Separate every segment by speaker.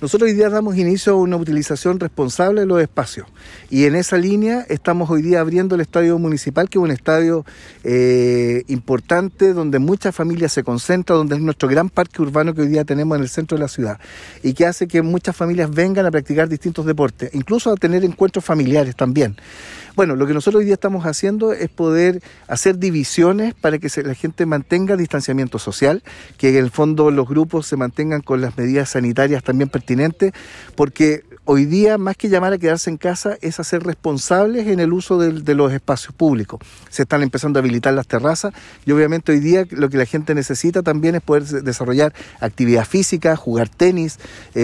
Speaker 1: Nosotros hoy día damos inicio a una utilización responsable de los espacios y en esa línea estamos hoy día abriendo el estadio municipal, que es un estadio importante donde muchas familias se concentran, donde es nuestro gran parque urbano que hoy día tenemos en el centro de la ciudad y que hace que muchas familias vengan a practicar distintos deportes, incluso a tener encuentros familiares también. Bueno, lo que nosotros hoy día estamos haciendo es poder hacer divisiones para que la gente mantenga distanciamiento social, que en el fondo los grupos se mantengan con las medidas sanitarias también pertinentes, porque hoy día, más que llamar a quedarse en casa, es hacer responsables en el uso de los espacios públicos. Se están empezando a habilitar las terrazas y obviamente hoy día lo que la gente necesita también es poder desarrollar actividad física, jugar tenis,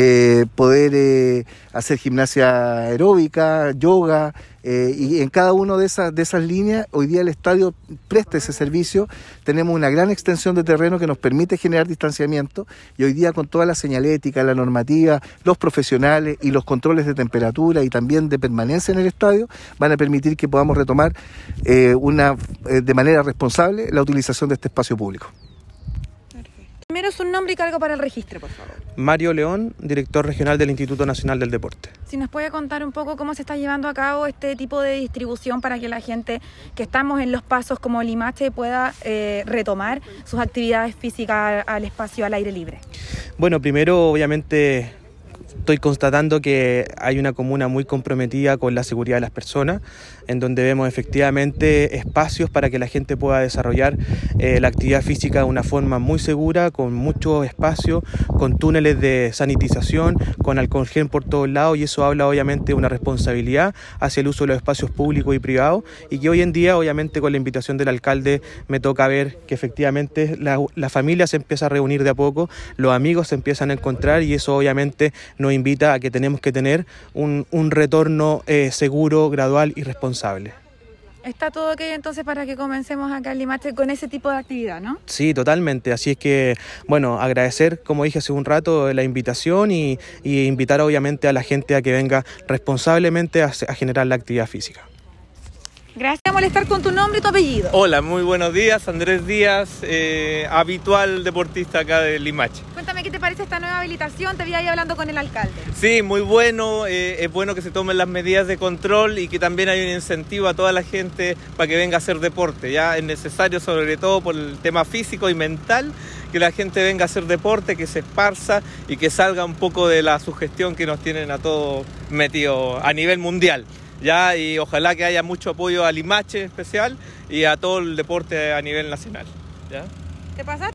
Speaker 1: poder hacer gimnasia aeróbica, yoga, y en cada una de esas líneas hoy día el estadio presta ese servicio. Tenemos una gran extensión de terreno que nos permite generar distanciamiento y hoy día con toda la señalética, la normativa, los profesionales y los controles de temperatura y también de permanencia en el estadio van a permitir que podamos retomar de manera responsable la utilización de este espacio público.
Speaker 2: Primero su nombre y cargo para el registro, por favor.
Speaker 3: Mario León, director regional del Instituto Nacional del Deporte.
Speaker 2: Si nos puede contar un poco cómo se está llevando a cabo este tipo de distribución para que la gente que estamos en los pasos como Limache pueda retomar sus actividades físicas al espacio al aire libre.
Speaker 3: Bueno, primero obviamente estoy constatando que hay una comuna muy comprometida con la seguridad de las personas, en donde vemos efectivamente espacios para que la gente pueda desarrollar la actividad física de una forma muy segura, con mucho espacio, con túneles de sanitización, con alcohol gel por todos lados, y eso habla obviamente de una responsabilidad hacia el uso de los espacios públicos y privados, y que hoy en día obviamente con la invitación del alcalde me toca ver que efectivamente la familia se empieza a reunir de a poco, los amigos se empiezan a encontrar, y eso obviamente nos invita a que tenemos que tener un retorno seguro, gradual y responsable.
Speaker 2: Está todo ok entonces para que comencemos acá en Limache con ese tipo de actividad, ¿no?
Speaker 3: Sí, totalmente. Así es que, bueno, agradecer, como dije hace un rato, la invitación y invitar obviamente a la gente a que venga responsablemente a generar la actividad física.
Speaker 2: Gracias por molestar con tu nombre y tu apellido.
Speaker 4: Hola, muy buenos días. Andrés Díaz, habitual deportista acá de Limache.
Speaker 2: Cuéntame qué te parece esta nueva habilitación, te vi ahí hablando con el alcalde.
Speaker 4: Sí, muy bueno, es bueno que se tomen las medidas de control y que también hay un incentivo a toda la gente para que venga a hacer deporte. Ya es necesario, sobre todo por el tema físico y mental, que la gente venga a hacer deporte, que se esparza y que salga un poco de la sugestión que nos tienen a todos metidos a nivel mundial. Ya, y ojalá que haya mucho apoyo a Limache en especial y a todo el deporte a nivel nacional. ¿Ya?
Speaker 2: ¿Te pasa?